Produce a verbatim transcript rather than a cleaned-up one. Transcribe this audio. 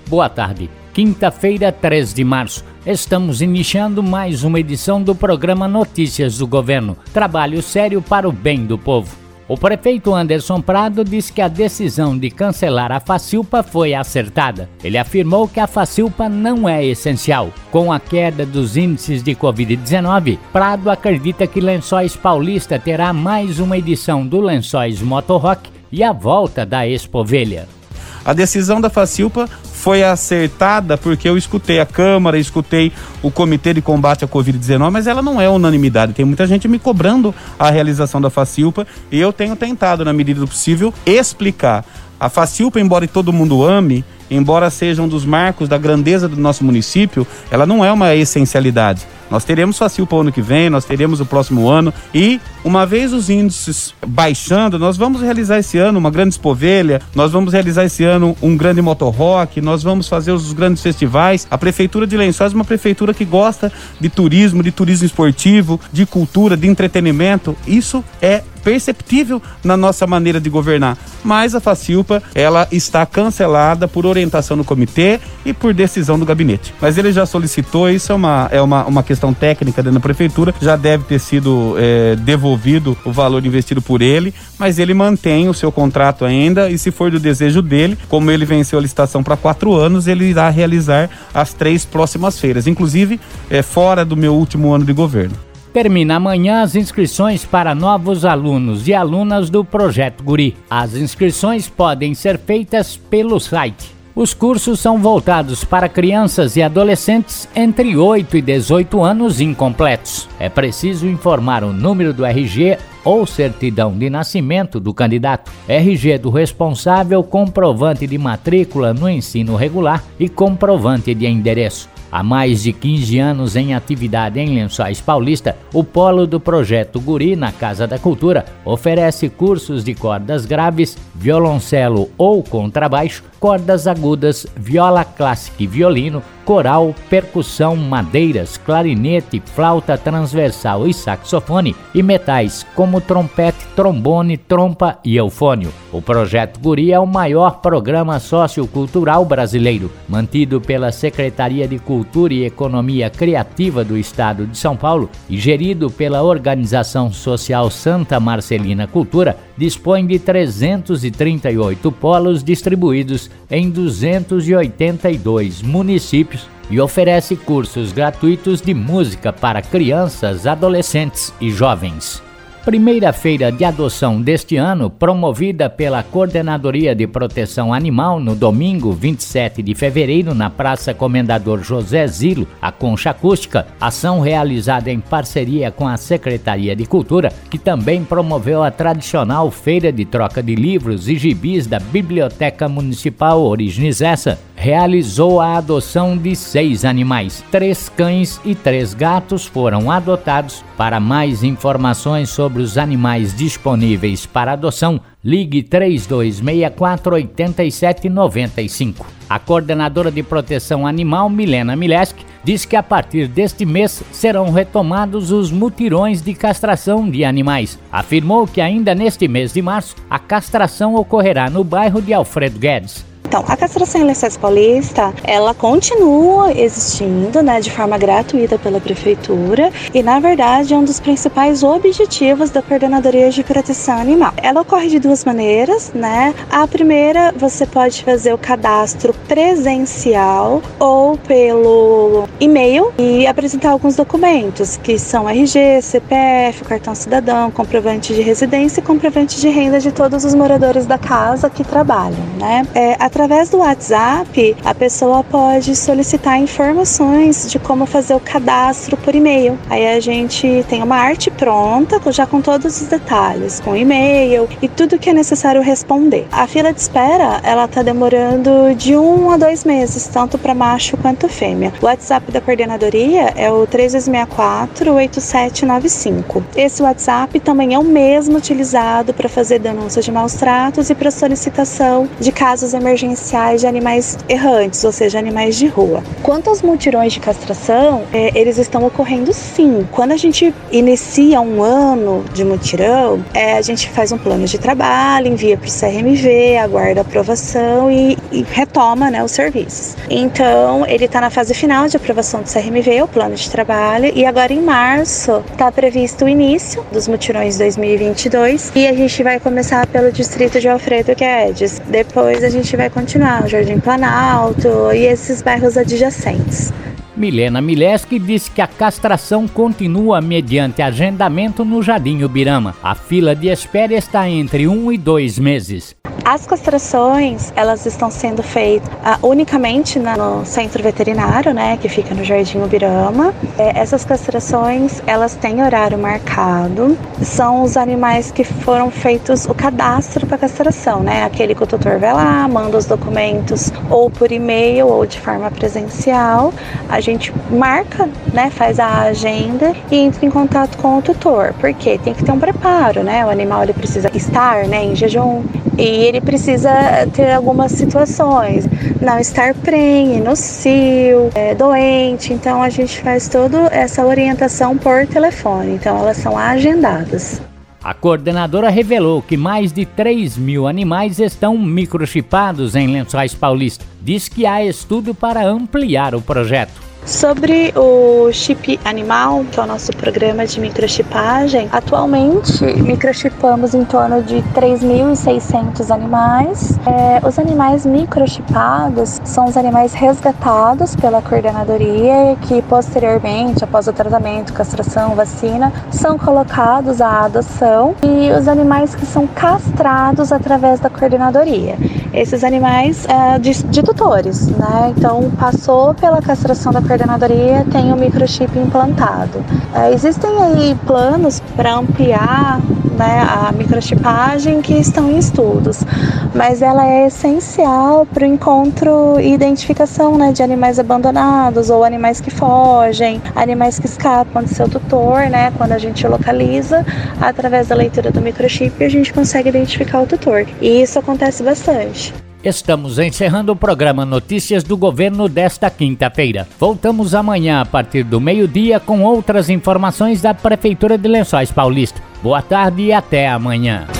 Boa tarde. Quinta-feira, três de março. Estamos iniciando mais uma edição do programa Notícias do Governo. Trabalho sério para o bem do povo. O prefeito Anderson Prado diz que a decisão de cancelar a Facilpa foi acertada. Ele afirmou que a Facilpa não é essencial. Com a queda dos índices de covid dezenove, Prado acredita que Lençóis Paulista terá mais uma edição do Lençóis Motorrock e a volta da Expovelha. A decisão da Facilpa foi acertada porque eu escutei a Câmara, escutei o Comitê de Combate à covid dezenove, mas ela não é unanimidade. Tem muita gente me cobrando a realização da Facilpa e eu tenho tentado, na medida do possível, explicar. A Facilpa, embora todo mundo ame, embora seja um dos marcos da grandeza do nosso município, ela não é uma essencialidade. Nós teremos Facilpa ano que vem, nós teremos o próximo ano e, uma vez os índices baixando, nós vamos realizar esse ano uma grande Expovelha, nós vamos realizar esse ano um grande motorrock, nós vamos fazer os grandes festivais. A Prefeitura de Lençóis é uma prefeitura que gosta de turismo, de turismo esportivo, de cultura, de entretenimento. Isso é perceptível na nossa maneira de governar. Mas a Facilpa, ela está cancelada por orientação do comitê e por decisão do gabinete. Mas ele já solicitou, isso é uma, é uma, uma questão técnica dentro da prefeitura, já deve ter sido é, devolvido o valor investido por ele, mas ele mantém o seu contrato ainda e, se for do desejo dele, como ele venceu a licitação para quatro anos, ele irá realizar as três próximas feiras, inclusive é, fora do meu último ano de governo. Termina amanhã as inscrições para novos alunos e alunas do Projeto Guri. As inscrições podem ser feitas pelo site. Os cursos são voltados para crianças e adolescentes entre oito e dezoito anos incompletos. É preciso informar o número do R G ou certidão de nascimento do candidato, R G do responsável, comprovante de matrícula no ensino regular e comprovante de endereço. Há mais de quinze anos em atividade em Lençóis Paulista, o polo do Projeto Guri, na Casa da Cultura, oferece cursos de cordas graves, violoncelo ou contrabaixo, cordas agudas, viola clássica e violino, coral, percussão, madeiras, clarinete, flauta transversal e saxofone, e metais como trompete, trombone, trompa e eufônio. O Projeto Guri é o maior programa sociocultural brasileiro, mantido pela Secretaria de Cultura e Economia Criativa do Estado de São Paulo e gerido pela Organização Social Santa Marcelina Cultura. Dispõe de trezentos e trinta e oito polos distribuídos em duzentos e oitenta e dois municípios e oferece cursos gratuitos de música para crianças, adolescentes e jovens. Primeira feira de adoção deste ano, promovida pela Coordenadoria de Proteção Animal no domingo vinte e sete de fevereiro na Praça Comendador José Zilo, a Concha Acústica, ação realizada em parceria com a Secretaria de Cultura, que também promoveu a tradicional feira de troca de livros e gibis da Biblioteca Municipal Origens Essa, realizou a adoção de seis animais. Três cães e três gatos foram adotados. Para mais informações sobre os animais disponíveis para adoção, ligue três dois seis quatro oito sete nove cinco. A coordenadora de proteção animal, Milena Mileski, diz que a partir deste mês serão retomados os mutirões de castração de animais. Afirmou que ainda neste mês de março, a castração ocorrerá no bairro de Alfredo Guedes. Então, a castração em Lençóis Paulista, ela continua existindo, né, de forma gratuita pela Prefeitura e, na verdade, é um dos principais objetivos da Coordenadoria de Proteção Animal. Ela ocorre de duas maneiras, né? A primeira, você pode fazer o cadastro presencial ou pelo e-mail e apresentar alguns documentos, que são R G, C P F, cartão cidadão, comprovante de residência e comprovante de renda de todos os moradores da casa que trabalham, né? É, Através do WhatsApp, a pessoa pode solicitar informações de como fazer o cadastro por e-mail. Aí a gente tem uma arte pronta, já com todos os detalhes, com e-mail e tudo que é necessário responder. A fila de espera, ela está demorando de um a dois meses, tanto para macho quanto fêmea. O WhatsApp da coordenadoria é o três dois seis quatro oito sete nove cinco. Esse WhatsApp também é o mesmo utilizado para fazer denúncia de maus tratos e para solicitação de casos emergenciais emergenciais de animais errantes, ou seja, animais de rua. Quanto aos mutirões de castração, é, eles estão ocorrendo sim. Quando a gente inicia um ano de mutirão, é, a gente faz um plano de trabalho, envia para o C R M V, aguarda a aprovação e, e retoma, né, os serviços. Então, ele está na fase final de aprovação do C R M V, o plano de trabalho, e agora em março está previsto o início dos mutirões dois mil e vinte e dois e a gente vai começar pelo distrito de Alfredo Guedes. Depois a gente vai continuar o Jardim Planalto e esses bairros adjacentes. Milena Mileski disse que a castração continua mediante agendamento no Jardim Ubirama. A fila de espera está entre um e dois meses. As castrações, elas estão sendo feitas uh, unicamente na, no centro veterinário, né, que fica no Jardim Ubirama. É, essas castrações, elas têm horário marcado. São os animais que foram feitos o cadastro para castração, né, aquele que o tutor vai lá, manda os documentos ou por e-mail ou de forma presencial. A gente marca, né, faz a agenda e entra em contato com o tutor, porque tem que ter um preparo, né, o animal ele precisa estar, né, em jejum. E ele precisa ter algumas situações, não estar prenhe, no cio, é, doente. Então a gente faz toda essa orientação por telefone, então elas são agendadas. A coordenadora revelou que mais de três mil animais estão microchipados em Lençóis Paulista. Diz que há estudo para ampliar o projeto. Sobre o chip animal, que é o nosso programa de microchipagem, atualmente microchipamos em torno de três mil e seiscentos animais. É, os animais microchipados são os animais resgatados pela coordenadoria que posteriormente, após o tratamento, castração, vacina, são colocados à adoção, e os animais que são castrados através da coordenadoria. Esses animais é, de, de tutores, né? Então passou pela castração da coordenadoria, tem o microchip implantado. É, existem aí planos para ampliar, né, a microchipagem que estão em estudos, mas ela é essencial para o encontro e identificação, né, de animais abandonados ou animais que fogem, animais que escapam de seu tutor, né, quando a gente localiza, através da leitura do microchip, a gente consegue identificar o tutor. E isso acontece bastante. Estamos encerrando o programa Notícias do Governo desta quinta-feira. Voltamos amanhã a partir do meio-dia com outras informações da Prefeitura de Lençóis Paulista. Boa tarde e até amanhã.